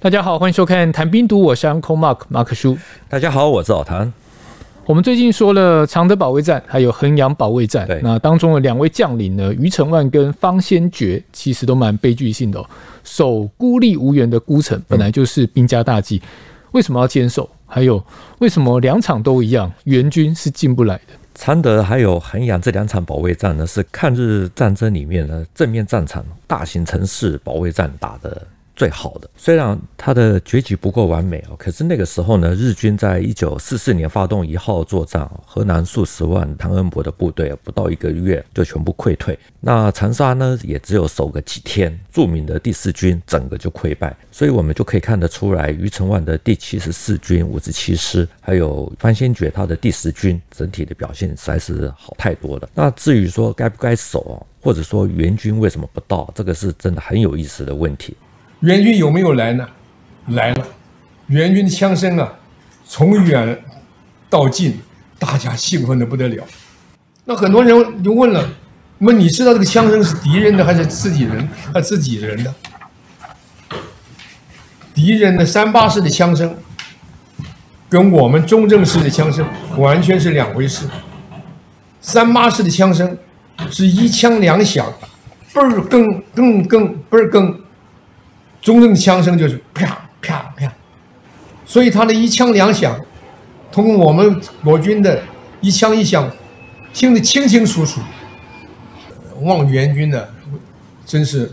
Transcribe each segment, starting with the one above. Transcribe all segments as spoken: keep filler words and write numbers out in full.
大家好，欢迎收看谈兵读，我是 Uncle Mark 马克叔。 大家好，我是老谭。 我们最近说了常德保卫战，还有衡阳保卫战，那当中的两位将领呢，于承万跟方先觉，其实都蛮悲剧性的哦。守孤立无援的孤城，本来就是兵家大忌，为什么要坚守？还有为什么两场都一样，援军是进不来的？ 常德还有衡阳这两场保卫战呢，是抗日战争里面呢正面战场、大型城市保卫战打的最好的。虽然它的结局不够完美，可是那个时候呢，日军在一九四四年发动一号作战，河南数十万汤恩伯的部队不到一个月就全部溃退。那长沙呢，也只有守个几天，著名的第四军整个就溃败。所以我们就可以看得出来，于承万的第七十四军五十七师，还有方先觉他的第十军，整体的表现实在是好太多了。那至于说该不该守，或者说援军为什么不到，这个是真的很有意思的问题。 援军有没有来呢？来了，援军的枪声啊，从远到近，大家兴奋得不得了。那很多人就问了，那么你知道这个枪声是敌人的还是自己人？还是自己人的？敌人的三八式的枪声，跟我们中正式的枪声完全是两回事。三八式的枪声是一枪两响，嘣儿更更更嘣儿更。中正枪声就是啪啪啪，所以他的一枪两响，同我们国军的一枪一响，听得清清楚楚。望援军呢，真是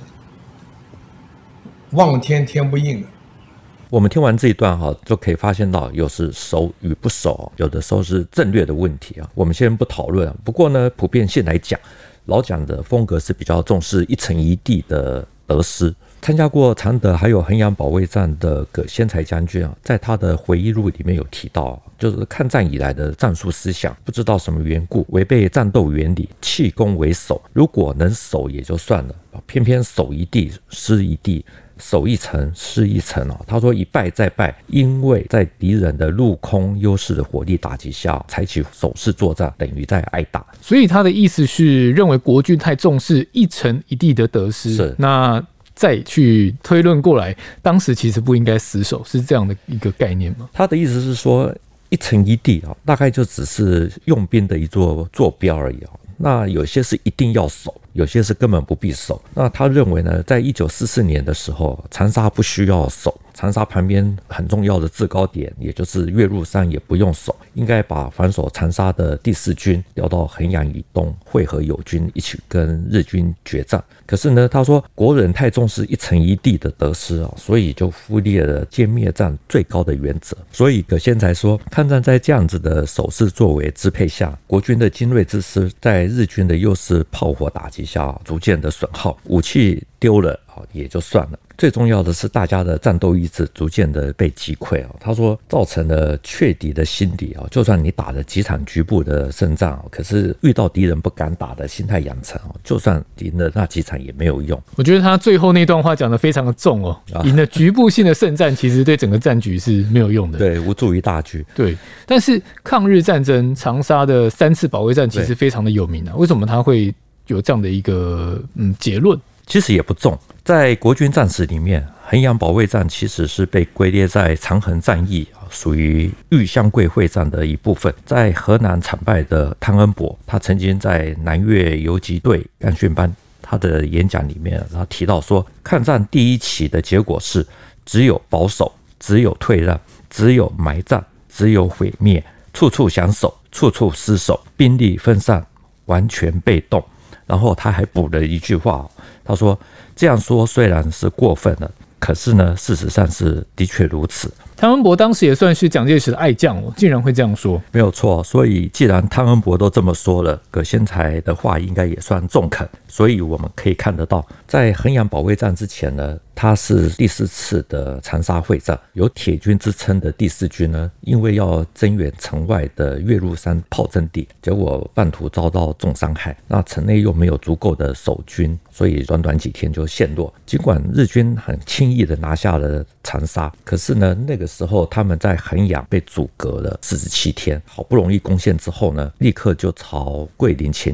望天天不应的。 我们听完这一段哈，就可以发现到，有时守与不守，有的时候是战略的问题啊。我们先不讨论，不过呢，普遍性来讲，老蒋的风格是比较重视一城一地的得失。参加过常德还有衡阳保卫战的葛先才将军啊，在他的回忆录里面有提到，就是抗战以来的战术思想，不知道什么缘故违背战斗原理，弃攻为守。如果能守也就算了，偏偏守一地失一地，守一城失一城。他说一败再败，因为在敌人的陆空优势的火力打击下，采取守势作战，等于在挨打。 所以他的意思是认为国军太重视一城一地的得失， 是那再去推论过来，当时其实不应该死守，是这样的一个概念吗？ 他的意思是说，一城一地啊，大概就只是用兵的一座坐标而已啊。那有些是一定要守，有些是根本不必守。那他认为呢，在一九四四年的时候，长沙不需要守，长沙旁边很重要的制高点，也就是岳麓山也不用守，应该把防守长沙的第四军调到衡阳以东，会合友军一起跟日军决战。可是呢，他说国人太重视一城一地的得失啊，所以就忽略了歼灭战最高的原则。所以葛先才说，抗战在这样子的守势作为支配下，国军的精锐之师在日军的优势炮火打击下逐渐的损耗，武器丢了也就算了，最重要的是大家的战斗意志逐渐的被击溃。他说造成了怯敌的心理，就算你打了几场局部的胜仗，可是遇到敌人不敢打的心态养成，就算赢了那几场也没有用。 我觉得他最后那段话讲得非常的重哦，赢了局部性的胜战其实对整个战局是没有用的， 对，无助于大局。 对，但是抗日战争长沙的三次保卫战其实非常的有名啊，为什么他会有这样的一个嗯结论？ 其实也不重，在国军战史里面，衡阳保卫战其实是被归列在长衡战役，属于豫湘桂会战的一部分。在河南惨败的汤恩伯，他曾经在南越游击队干训班他的演讲里面，他提到说，抗战第一期的结果是只有保守，只有退让，只有埋葬，只有毁灭，处处想守，处处失守，兵力分散，完全被动。然后他还补了一句话，他说这样说虽然是过分了，可是呢事实上是的确如此。 汤恩伯当时也算是蒋介石的爱将哦，竟然会这样说。 没有错，所以既然汤恩伯都这么说了，葛先才的话应该也算中肯。所以我们可以看得到，在衡阳保卫战之前呢，它是第四次的长沙会战，有铁军之称的第四军呢，因为要增援城外的岳麓山炮阵地，结果半途遭到重伤害，那城内又没有足够的守军，所以短短几天就陷落。尽管日军很轻易的拿下了长沙，可是呢那个时候他们在衡阳被阻隔了四十七天，好不容易攻陷之后呢，立刻就朝桂林前进，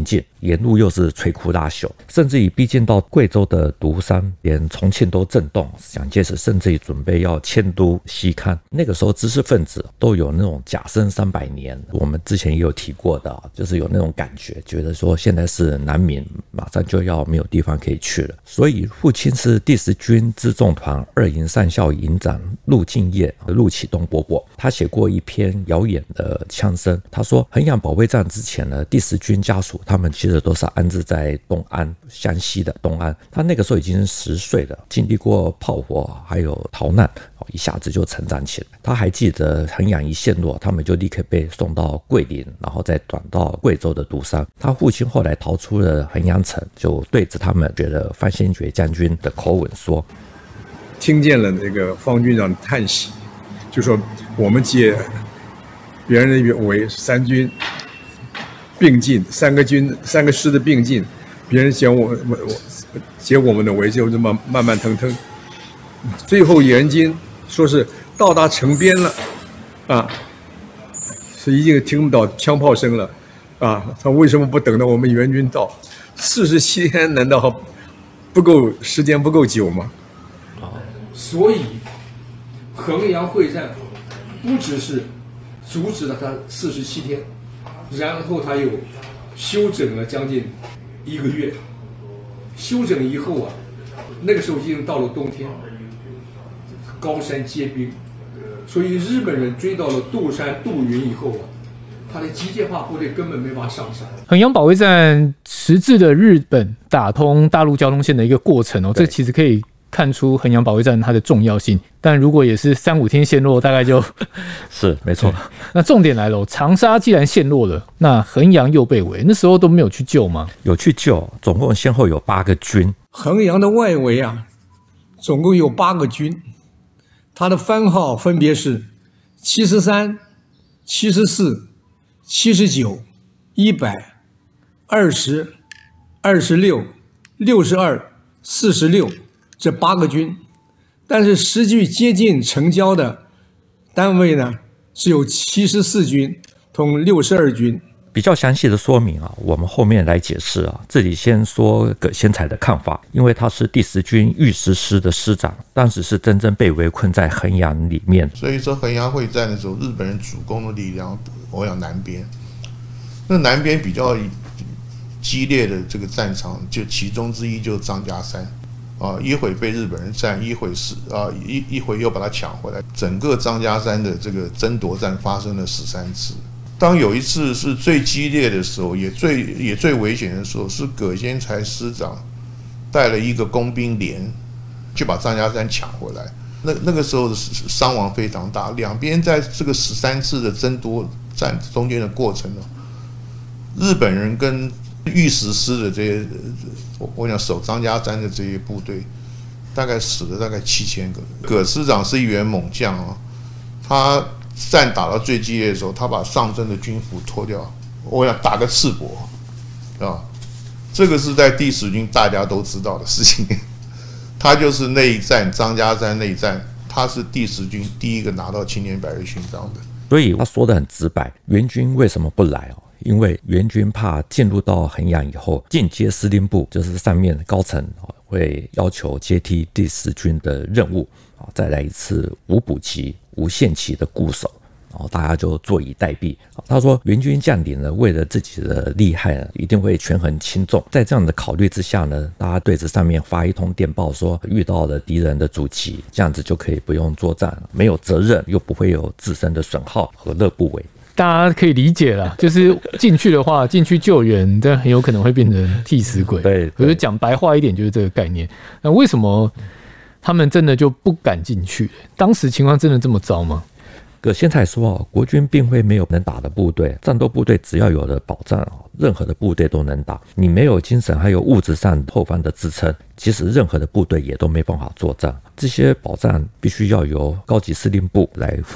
沿路又是摧枯拉朽，甚至于逼近到贵州的独山，连重庆都震动。蒋介石甚至于准备要迁都西勘。那个时候知识分子都有那种甲申三百年，我们之前也有提过的，就是有那种感觉，觉得说现在是南闽马上就要没有地方可以去了。所以父亲是第十军辎重团二营上校营长陆敬业，陆启东伯伯，他写过一篇谣言的枪声。他说衡阳保卫战之前呢，第十军家属他们其实都是安置在东安，湘西的东安。他那个时候已经十岁了，经历过炮火还有逃难，一下子就成长起来。他还记得衡阳一陷落，他们就立刻被送到桂林，然后再转到贵州的独山。他父亲后来逃出了衡阳城，就对着他们觉得范先觉将军的口吻说， 听见了那个方军长的叹息，就说我们接别人的围三军并进，三个军三个师的并进，别人接我我接我们的围就这么慢慢腾腾，最后援军说是到达城边了，啊，是已经听不到枪炮声了，啊，他为什么不等到我们援军到？四十七天难道不够时间不够久吗？ 所以衡阳会战不只是阻止了他四十七天，然后他又休整了将近一个月。休整以后啊，那个时候已经到了冬天，高山结冰，所以日本人追到了杜山杜云以后啊，他的机械化部队根本没法上山。 衡阳保卫战实质的日本打通大陆交通线的一个过程哦，这其实可以看出衡阳保卫战它的重要性。但如果也是三五天陷落，大概就是没错。 那重点来了，长沙既然陷落了，那衡阳又被围，那时候都没有去救吗？ 有去救，总共先后有八个军。 衡阳的外围啊，总共有八个军，它的番号分别是七十三、七十四、七十九、一百、二十、二十六、六十二、四十六这八个军。但是实际接近城郊的单位呢，只有七十四军同六十二军。 比较详细的说明啊，我们后面来解释啊。这里先说葛先才的看法，因为他是第十军御十师的师长，当时是真正被围困在衡阳里面。 所以说衡阳会战的时候，日本人主攻的力量，我想南边，那南边比较激烈的这个战场，就其中之一就是张家山。啊，一会被日本人占，一会是啊一一会又把它抢回来。整个张家山的这个争夺战发生了十三次。当有一次是最激烈的时候，也最也最危险的时候，是葛先才师长带了一个工兵连，就把张家山抢回来。那那个时候的伤亡非常大，两边在这个十三次的争夺战中间的过程呢，日本人跟御十师的这些，我讲守张家山的这些部队，大概死了大概七千个。葛师长是一员猛将啊，他战打到最激烈的时候，他把上身的军服脱掉，我想打个赤膊啊，这个是在第十军大家都知道的事情。他就是那一战张家山那一战，他是第十军第一个拿到青年百日勋章的。 所以他说的很直白，援军为什么不来哦？因为援军怕进入到衡阳以后，进阶司令部就是上面高层会要求接替第十军的任务，再来一次无补给、无限期的固守，然后大家就坐以待毙。他说，援军将领呢，为了自己的利害呢，一定会权衡轻重。在这样的考虑之下呢，大家对着上面发一通电报说，遇到了敌人的阻击，这样子就可以不用作战，没有责任，又不会有自身的损耗，何乐不为？ 大家可以理解啦，就是进去的话，进去救援，但很有可能会变成替死鬼。 对， 我觉得讲白话一点就是这个概念。那为什么他们真的就不敢进去？当时情况真的这么糟吗？ 葛先才说，国军并非没有能打的部队，战斗部队只要有了保障，任何的部队都能打。你没有精神还有物质上后方的支撑，其实任何的部队也都没办法作战。这些保障必须要由高级司令部来负责。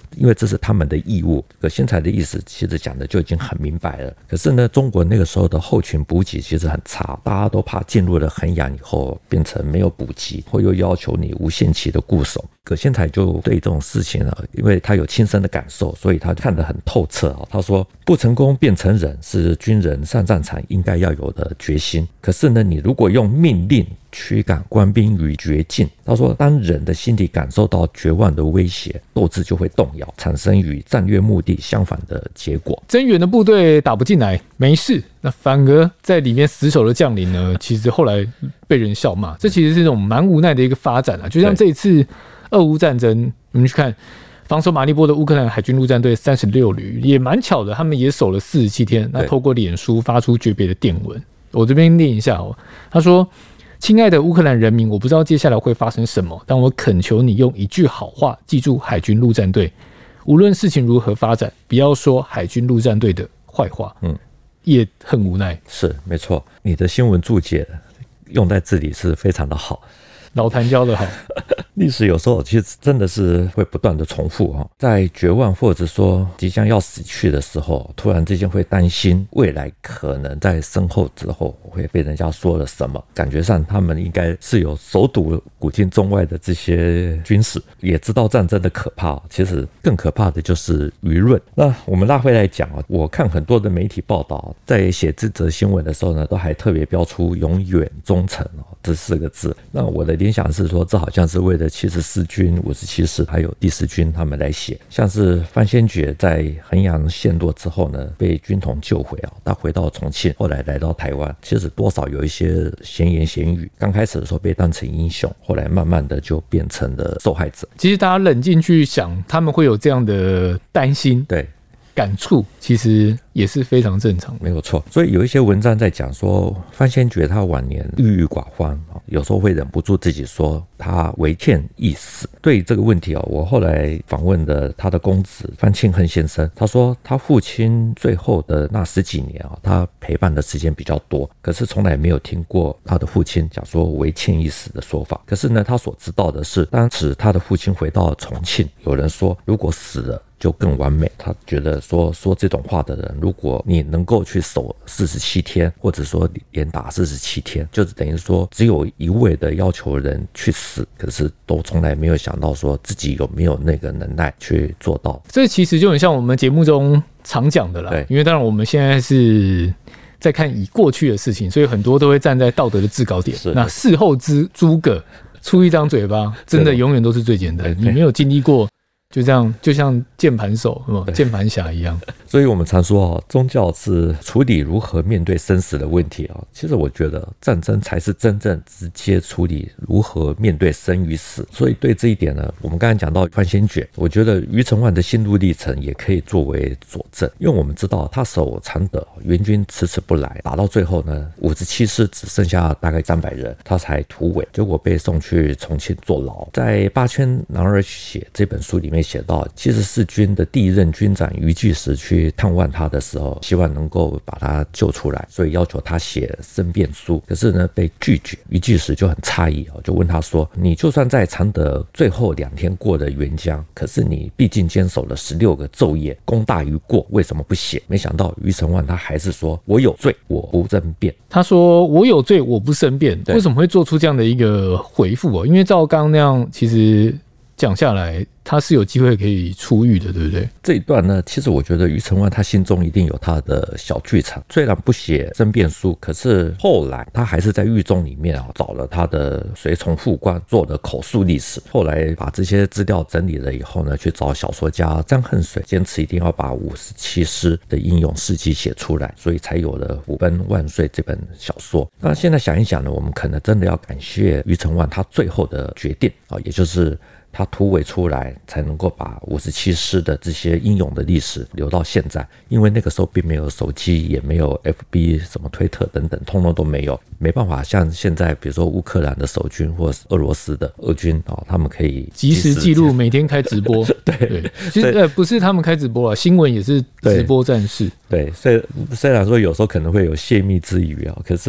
因为这是他们的义务。葛先才的意思其实讲的就已经很明白了。可是呢，中国那个时候的后勤补给其实很差，大家都怕进入了衡阳以后变成没有补给，或又要求你无限期的固守。葛先才就对这种事情啊，因为他有亲身的感受，所以他看得很透彻啊。他说，不成功便成仁是军人上战场应该要有的决心。可是呢，你如果用命令驱赶官兵于绝境，他说，当人的心理感受到绝望的威胁，斗志就会动摇，产生与战略目的相反的结果。 增援的部队打不进来，没事，那反而在里面死守的将领呢，其实后来被人笑骂，这其实是一种蛮无奈的一个发展啊。就像这一次俄乌战争，我们去看防守马利波的乌克兰海军陆战队三十六旅，也蛮巧的，他们也守了四十七天。那透过脸书发出诀别的电文，我这边念一下哦。他说：“亲爱的乌克兰人民，我不知道接下来会发生什么，但我恳求你用一句好话记住海军陆战队。无论事情如何发展，不要说海军陆战队的坏话。”嗯，也很无奈。 是没错，你的新闻注解用在这里是非常的好。 老谭教的好。 历史有时候其实真的是会不断的重复哈，在绝望或者说即将要死去的时候，突然之间会担心未来可能在身后之后会被人家说了什么，感觉上他们应该是有熟读古今中外的这些军事，也知道战争的可怕，其实更可怕的就是舆论。那我们拉回来讲，我看很多的媒体报道，在写这则新闻的时候呢，都还特别标出永远忠诚这四个字。那我的联想是说，这好像是为了七十四军、五十七师还有第四军他们来写。像是范先觉在衡阳陷落之后呢，被军统救回啊，他回到重庆，后来来到台湾，其实多少有一些闲言闲语。刚开始的时候被当成英雄，后来慢慢的就变成了受害者。 其实大家冷静去想，他们会有这样的担心， 对。 感触其实也是非常正常的， 没有错。所以有一些文章在讲说，范先觉他晚年郁郁寡欢，有时候会忍不住自己说他为欠一死。对这个问题，我后来访问的他的公子范庆亨先生，他说他父亲最后的那十几年，他陪伴的时间比较多，可是从来没有听过他的父亲讲说为欠一死的说法。可是呢，他所知道的是，当时他的父亲回到重庆，有人说如果死了就更完美。他觉得说说这种话的人，如果你能够去守四十七天，或者说连打四十七天，就是等于说只有一味的要求人去死，可是都从来没有想到说自己有没有那个能耐去做到。 这其实就很像我们节目中常讲的啦，因为当然我们现在是在看以过去的事情，所以很多都会站在道德的制高点。那事后之诸葛出一张嘴巴，真的永远都是最简单。你没有经历过，就这样，就像键盘手、键盘侠一样。 所以我们常说啊，宗教是处理如何面对生死的问题啊。其实我觉得战争才是真正直接处理如何面对生与死。所以对这一点呢，我们刚才讲到范先觉，我觉得余承万的心路历程也可以作为佐证。因为我们知道他守常德，援军迟迟不来，打到最后呢，五十七师只剩下大概三百人，他才突围，结果被送去重庆坐牢。在《八千男儿血》这本书里面写到，七十四军的第一任军长余巨石去探望他的时候，希望能够把他救出来，所以要求他写申辩书，可是呢被拒绝。余巨石就很诧异，就问他说，你就算在常德最后两天过了沅江，可是你毕竟坚守了十六个昼夜，功大于过，为什么不写？没想到余承万他还是说，我有罪，我不申辩。 他说我有罪，我不申辩。为什么会做出这样的一个回复？因为照刚刚那样，其实讲下来，他是有机会可以出狱的，对不对？ 这一段呢，其实我觉得余承万他心中一定有他的小剧场。虽然不写申辩书，可是后来他还是在狱中里面啊，找了他的随从副官做的口述历史。后来把这些资料整理了以后呢，去找小说家张恨水，坚持一定要把五十七师的英勇事迹写出来，所以才有了《虎贲万岁》这本小说。那现在想一想呢，我们可能真的要感谢余承万他最后的决定啊，也就是他突围出来，才能够把五十七师的这些英勇的历史留到现在。因为那个时候并没有手机，也没有 F B 什么推特等等，通通都没有，没办法像现在比如说乌克兰的守军或是俄罗斯的俄军、哦、他们可以即时记录，每天开直播对, 对，其实呃不是他们开直播啊，新闻也是直播战士。 对，虽虽然说有时候可能会有泄密之余啊，可是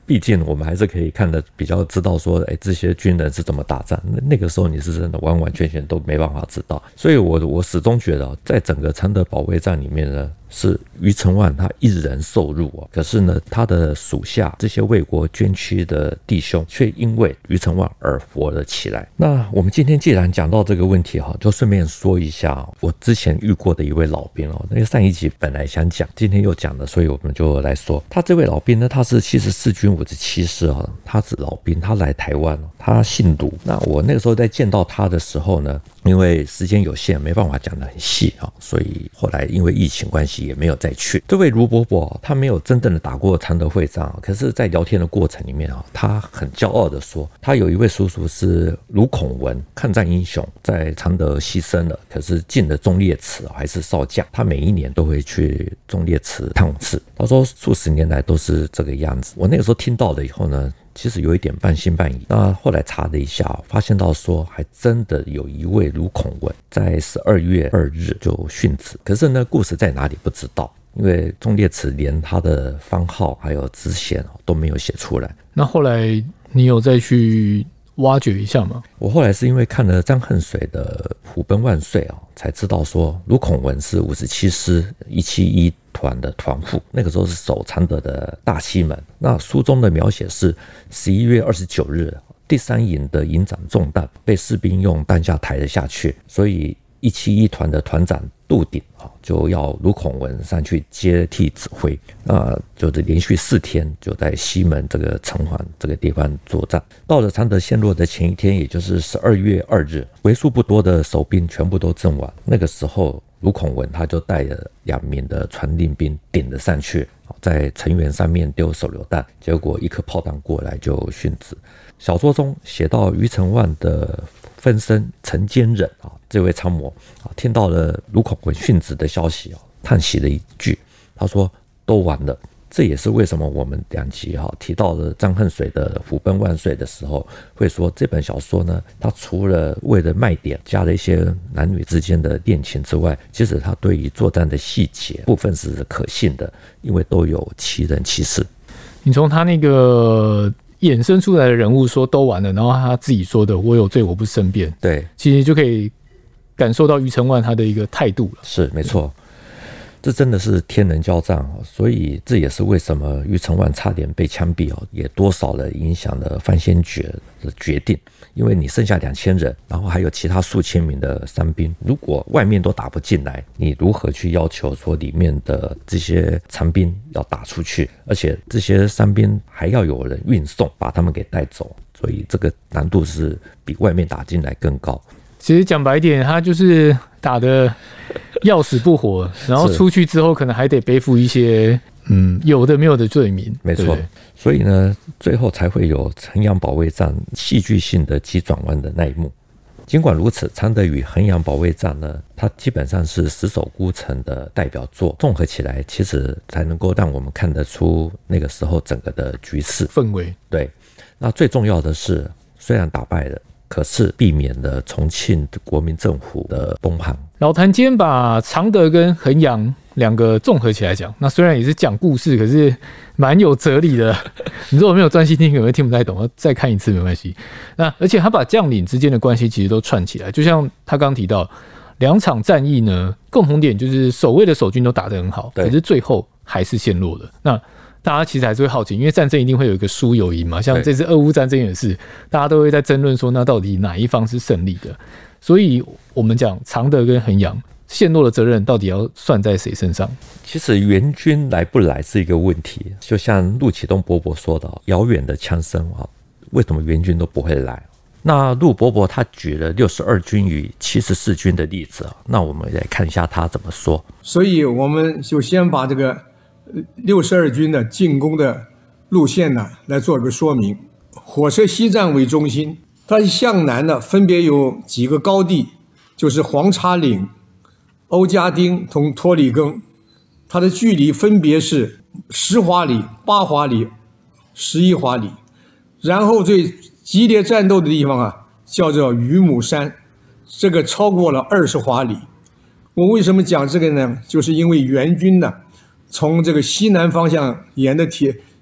毕竟我们还是可以看得比较知道说，哎，这些军人是怎么打仗。那那个时候你是真的完完全全都没办法知道。所以我我始终觉得，在整个常德保卫战里面呢，是余承万他一人受辱啊，可是呢，他的属下这些为国捐躯的弟兄，却因为余承万而活了起来。那我们今天既然讲到这个问题哈，就顺便说一下我之前遇过的一位老兵哦。那个上一集本来想讲，今天又讲了，所以我们就来说他这位老兵呢，他是七十四军五十七师啊，他是老兵，他来台湾，他姓卢。那我那个时候在见到他的时候呢，因为时间有限，没办法讲得很细啊，所以后来因为疫情关系也没有再去。这位卢伯伯他没有真正的打过常德会战，可是在聊天的过程里面啊，他很骄傲的说，他有一位叔叔是卢孔文，抗战英雄，在常德牺牲了，可是进了忠烈祠还是少将，他每一年都会去忠烈祠探视。他说数十年来都是这个样子。我那个时候听到了以后呢，其实有一点半信半疑。那后来查了一下，发现到说还真的有一位卢孔文在十二月二日就殉职，可是呢，故事在哪里不知道，因为忠烈祠连他的番号还有职衔都没有写出来。 那后来你有再去挖掘一下吗？ 我后来是因为看了张恨水的《虎贲万岁》啊，才知道说卢孔文是五十七师一七一团的团副，那个时候是守常德的大西门。那书中的描写是十一月二十九日，第三营的营长中弹，被士兵用担架抬了下去，所以一七一团的团长杜鼎就要卢孔文上去接替指挥，那就是连续四天就在西门这个城环这个地方作战。到了常德陷落的前一天，也就是十二月二日，为数不多的守兵全部都阵亡。那个时候卢孔文他就带了两名的传令兵顶了上去，在城垣上面丢手榴弹，结果一颗炮弹过来就殉职。小说中写到余承万的分身陈坚忍啊，这位参谋啊，听到了卢孔文殉职的消息啊，叹息了一句，他说：“都完了。”这也是为什么我们两集哈提到了张恨水的《虎贲万岁》的时候，会说这本小说呢，它除了为了卖点加了一些男女之间的恋情之外，其实它对于作战的细节部分是可信的，因为都有其人其事。 你从他那个衍生出来的人物说都完了，然后他自己说的我有罪我不申辩， 对， 其实就可以感受到余承万他的一个态度了。 是没错，这真的是天人交战，所以这也是为什么余承万差点被枪毙，也多少了影响了范先觉的决定。因为你剩下两千人，然后还有其他数千名的伤兵，如果外面都打不进来，你如何去要求说里面的这些残兵要打出去？而且这些伤兵还要有人运送，把他们给带走，所以这个难度是比外面打进来更高。 其实讲白一点，他就是打得要死不活，然后出去之后可能还得背负一些嗯有的没有的罪名。 没错，所以呢，最后才会有衡阳保卫战戏剧性的急转弯的那一幕。尽管如此，常德与衡阳保卫战呢，它基本上是死守孤城的代表作，综合起来，其实才能够让我们看得出那个时候整个的局势氛围。 对，那最重要的是，虽然打败了，可是避免了重庆国民政府的崩盘。 老谭今天把常德跟衡阳两个综合起来讲，那虽然也是讲故事，可是蛮有哲理的。你如果没有专心听，可能会听不太懂，再看一次没关系。那而且他把将领之间的关系其实都串起来，就像他刚提到，两场战役呢，共同点就是守卫的守军都打得很好，可是最后还是陷落了。那大家其实还是会好奇，因为战争一定会有一个输有赢嘛，像这次俄乌战争也是，大家都会在争论说，那到底哪一方是胜利的？所以我们讲常德跟衡阳陷落的责任到底要算在谁身上？ 其实援军来不来是一个问题，就像陆启东伯伯说的，遥远的枪声啊，为什么援军都不会来？那陆伯伯他举了六十二军与七十四军的例子，那我们来看一下他怎么说。 所以我们就先把这个六十二军的进攻的路线呢来做一个说明。火车西站为中心，它向南呢分别有几个高地，就是黄叉岭、欧家丁同托里庚，它的距离分别是十华里、八华里、十一华里。然后最激烈战斗的地方啊，叫做榆母山，这个超过了二十华里。我为什么讲这个呢？就是因为援军呢，从这个西南方向沿的铁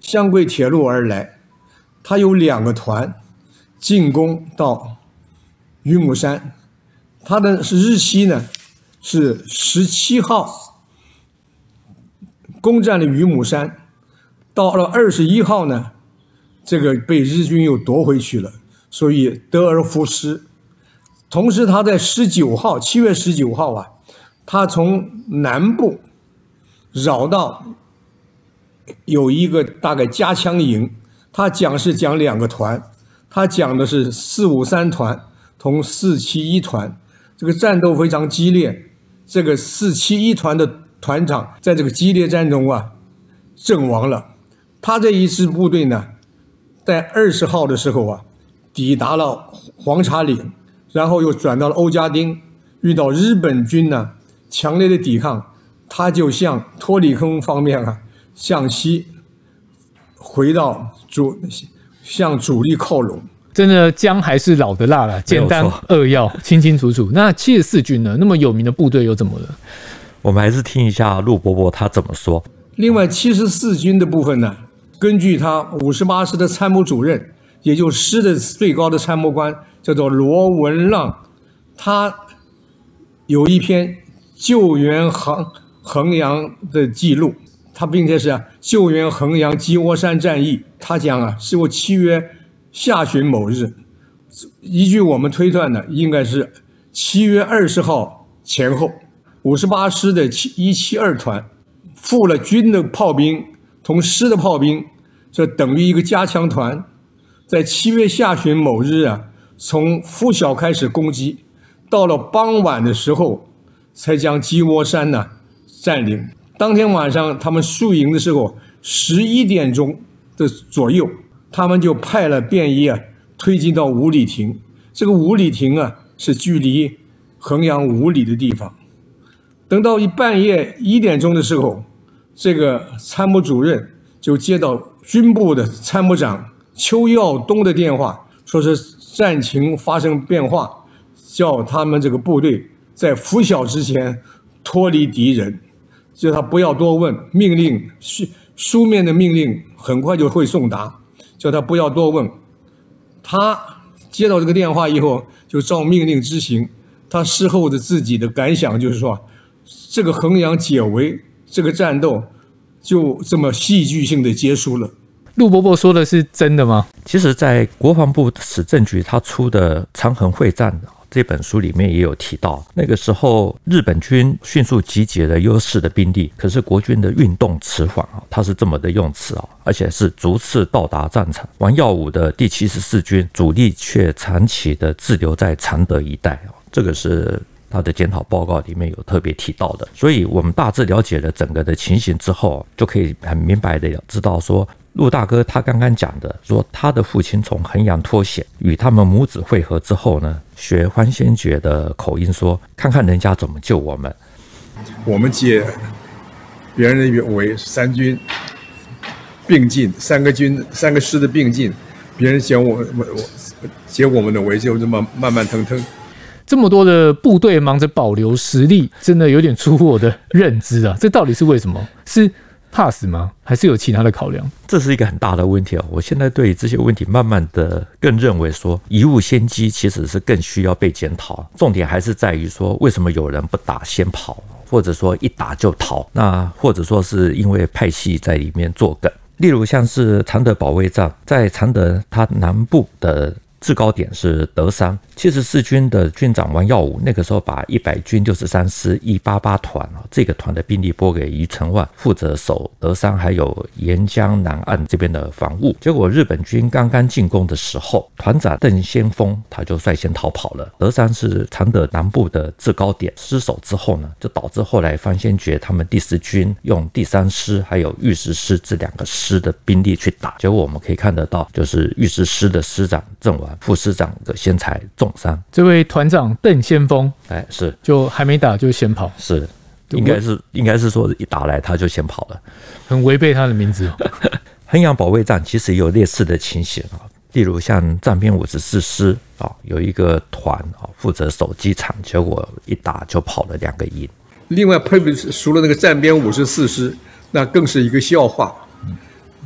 湘桂铁路而来，他有两个团进攻到榆母山，他的日期呢是十七号攻占了榆母山，到了二十一号呢，这个被日军又夺回去了，所以得而复失。同时他在十九号七月十九号啊，他从南部绕到有一个大概加强营，他讲是讲两个团，他讲的是四五三团同四七一团，这个战斗非常激烈。这个四七一团的团长在这个激烈战中啊阵亡了。他这一支部队呢，在二十号的时候啊，抵达了黄茶岭，然后又转到了欧家丁，遇到日本军呢强烈的抵抗，他就向托里坑方面啊向西回到主向主力靠拢。 真的姜还是老的辣了，简单扼要，清清楚楚。那七十四军呢？那么有名的部队又怎么了？ 我们还是听一下陆伯伯他怎么说。 另外，七十四军的部分呢，根据他五十八师的参谋主任，也就是师的最高的参谋官，叫做罗文浪，他有一篇救援衡衡阳的记录，他并且是、啊、救援衡阳鸡窝山战役。他讲啊，是我七月下旬某日，依据我们推断呢，应该是七月二十号前后，五十八师的一七二团赴了军的炮兵同师的炮兵，这等于一个加强团，在七月下旬某日啊，从拂晓开始攻击，到了傍晚的时候才将鸡窝山呢占领。当天晚上他们宿营的时候，十一点钟的左右，他们就派了便衣啊推进到五里亭。这个五里亭啊是距离衡阳五里的地方。等到一半夜一点钟的时候，这个参谋主任就接到军部的参谋长邱耀东的电话，说是战情发生变化，叫他们这个部队在拂晓之前脱离敌人，叫他不要多问，命令书面的命令很快就会送达，叫他不要多问。他接到这个电话以后就照命令执行。他事后的自己的感想就是说，这个衡阳解围这个战斗就这么戏剧性的结束了。 陆伯伯说的是真的吗？ 其实在国防部史政局他出的《长衡会战》这本书里面也有提到，那个时候日本军迅速集结了优势的兵力，可是国军的运动迟缓，他是这么的用词，而且是逐次到达战场。王耀武的第七十四军主力却长期的滞留在常德一带，这个是他的检讨报告里面有特别提到的。所以我们大致了解了整个的情形之后，就可以很明白的知道说，陆大哥他刚刚讲的说，他的父亲从衡阳脱险，与他们母子会合之后呢，学欢先觉的口音说，看看人家怎么救我们。 我们接别人的围，三军并进，三个军三个师的并进，别人接我我接我们的围，就这么慢慢腾腾。 这么多的部队忙着保留实力，真的有点出乎我的认知啊！这到底是为什么？是怕死吗？还是有其他的考量？ 这是一个很大的问题哦。我现在对这些问题慢慢的更认为说，贻误先机其实是更需要被检讨。重点还是在于说，为什么有人不打先跑，或者说一打就逃？那或者说是因为派系在里面作梗。例如像是常德保卫战，在常德它南部的制高点是德山，七十四军的军长王耀武那个时候把一百军六十三师一八八团这个团的兵力拨给余承万，负责守德山还有沿江南岸这边的防务。结果日本军刚刚进攻的时候，团长邓先锋他就率先逃跑了。德山是常德南部的制高点，失守之后呢，就导致后来方先觉他们第十军用第三师还有御十师这两个师的兵力去打。结果我们可以看得到，就是御十师的师长郑完，副师长的先才重伤。 这位团长邓先锋， 哎，是就还没打就先跑， 是应该是应该是说一打来他就先跑了， 很违背他的名字、哦。 衡阳保卫战其实也有类似的情形啊，例如像战边五十四师啊，有一个团啊负责守机场，结果一打就跑了两个营。 另外配备除了那个战边五十四师，那更是一个笑话。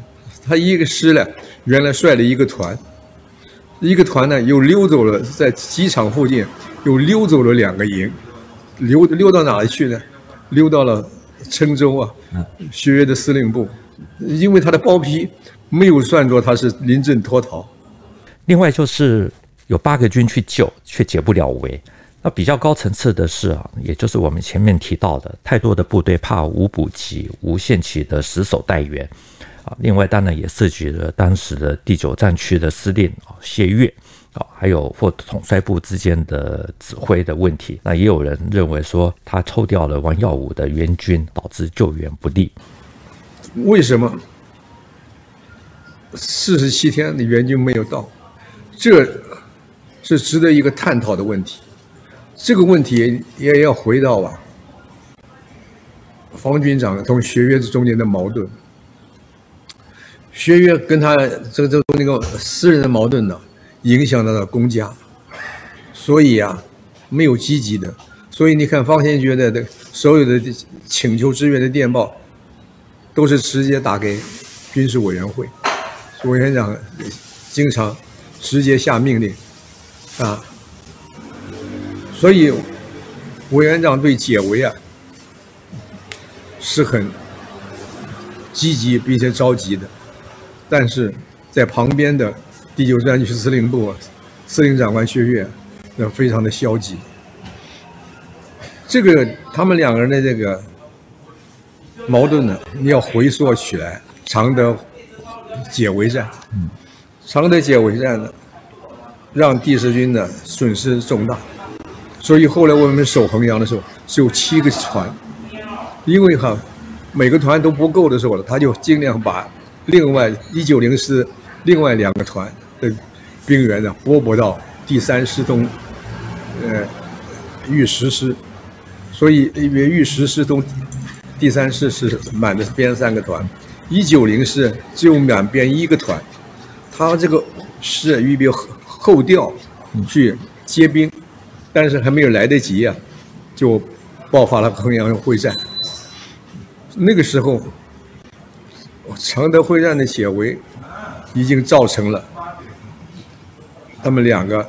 他一个师呢，原来率了一个团，一个团呢又溜走了，在机场附近又溜走了两个营，溜溜到哪里去呢？溜到了郴州啊，薛岳的司令部，因为他的包皮没有算作他是临阵脱逃。 另外就是有八个军去救，却解不了围。那比较高层次的是啊，也就是我们前面提到的，太多的部队怕无补给、无限期的死守待援啊。另外当然也涉及了当时的第九战区的司令啊谢岳啊，还有或统帅部之间的指挥的问题。那也有人认为说他抽调了王耀武的援军，导致救援不利。 为什么四十七天的援军没有到？这是值得一个探讨的问题。这个问题也要回到啊，方军长同薛岳中间的矛盾。薛岳跟他这这那个私人的矛盾呢，影响到了公家，所以啊，没有积极的。所以你看方先觉的的所有的请求支援的电报，都是直接打给军事委员会，委员长经常直接下命令啊。所以委员长对解围啊是很积极并且着急的，但是在旁边的第九战区司令部司令长官薛岳那非常的消极。这个他们两个人的这个矛盾呢，你要回溯起来，常德解围战，常德解围战呢，让第十军呢损失重大。所以后来我们守衡阳的时候只有七个团，因为哈每个团都不够的时候，他就尽量把另外一九零师另外两个团的兵员呢拨拨到第三师东呃豫十师，所以因为豫十师东第三师是满的编三个团，一九零师只有满编一个团，他这个是预备后调去接兵。但是还没有来得及啊，就爆发了衡阳会战。那个时候，常德会战的解围已经造成了他们两个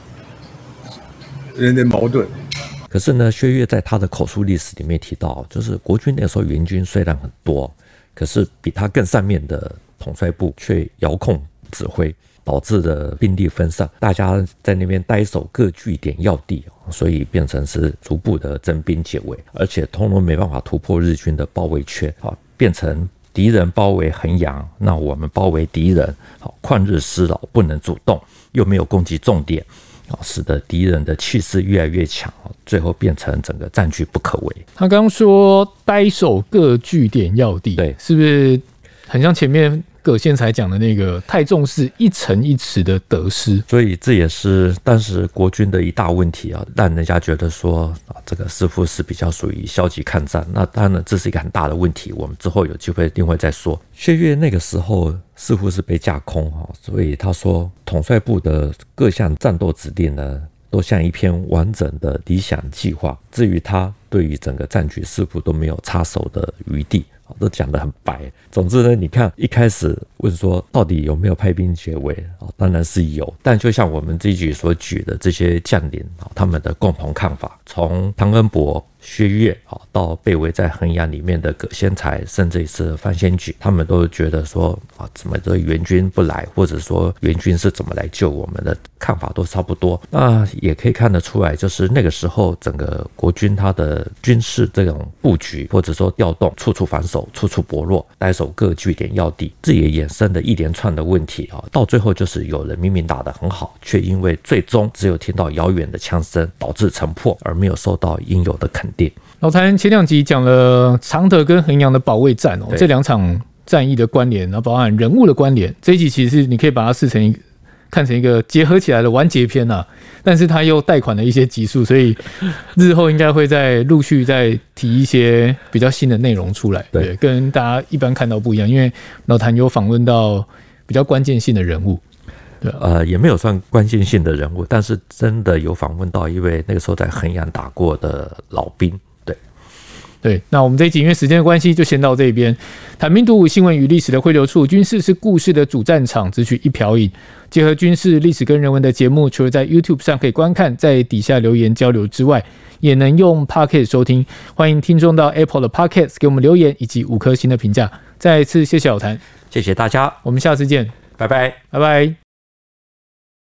人的矛盾。 可是呢，薛岳在他的口述历史里面提到，就是国军那时候援军虽然很多，可是比他更上面的统帅部却遥控指挥，导致的兵力分散，大家在那边呆守各据点要地，所以变成是逐步的征兵解围，而且通通没办法突破日军的包围圈，变成敌人包围衡阳，那我们包围敌人，旷日失劳，不能主动，又没有攻击重点，使得敌人的气势越来越强，最后变成整个战局不可为。 他刚刚说呆守各据点要地，对，是不是很像前面葛宪才讲的那个太重视一城一池的得失？ 所以这也是当时国军的一大问题啊，让人家觉得说啊，这个似乎是比较属于消极抗战。那当然这是一个很大的问题，我们之后有机会另外再说。薛岳那个时候似乎是被架空啊，所以他说统帅部的各项战斗指令呢，都像一篇完整的理想计划。至于他对于整个战局似乎都没有插手的余地。都讲得很白。总之呢，你看一开始问说到底有没有派兵解围，当然是有，但就像我们这一局所举的这些将领他们的共同看法，从汤恩伯、薛岳到被围在衡阳里面的葛宪才，甚至是范先举，他们都觉得说啊，怎么这援军不来，或者说援军是怎么来救我们的看法都差不多。那也可以看得出来，就是那个时候整个国军他的军事这种布局或者说调动，处处防守，处处薄弱，呆守各据点要地，这也衍生的一连串的问题啊。到最后就是有人明明打得很好，却因为最终只有听到遥远的枪声，导致城破，而没有受到应有的肯定。 老谭前两集讲了常德跟衡阳的保卫战哦，这两场战役的关联，然后包含人物的关联。这一集其实你可以把它视成一个看成一个结合起来的完结篇啊，但是它又贷款了一些集数，所以日后应该会再陆续再提一些比较新的内容出来，对，跟大家一般看到不一样，因为老谭有访问到比较关键性的人物。 呃，也没有算关键性的人物，但是真的有访问到一位那个时候在衡阳打过的老兵。对， 对，那我们这一集因为时间的关系，就先到这边。谈兵读武，新闻与历史的汇流处，军事是故事的主战场，只取一瓢饮。结合军事、历史跟人文的节目，除了在 YouTube 上可以观看，在底下留言交流之外，也能用 Podcast 收听。欢迎听众到 Apple 的 Podcast 给我们留言以及五颗星的评价。再一次谢谢小谭， 谢谢大家， 我们下次见， 拜拜， 拜拜。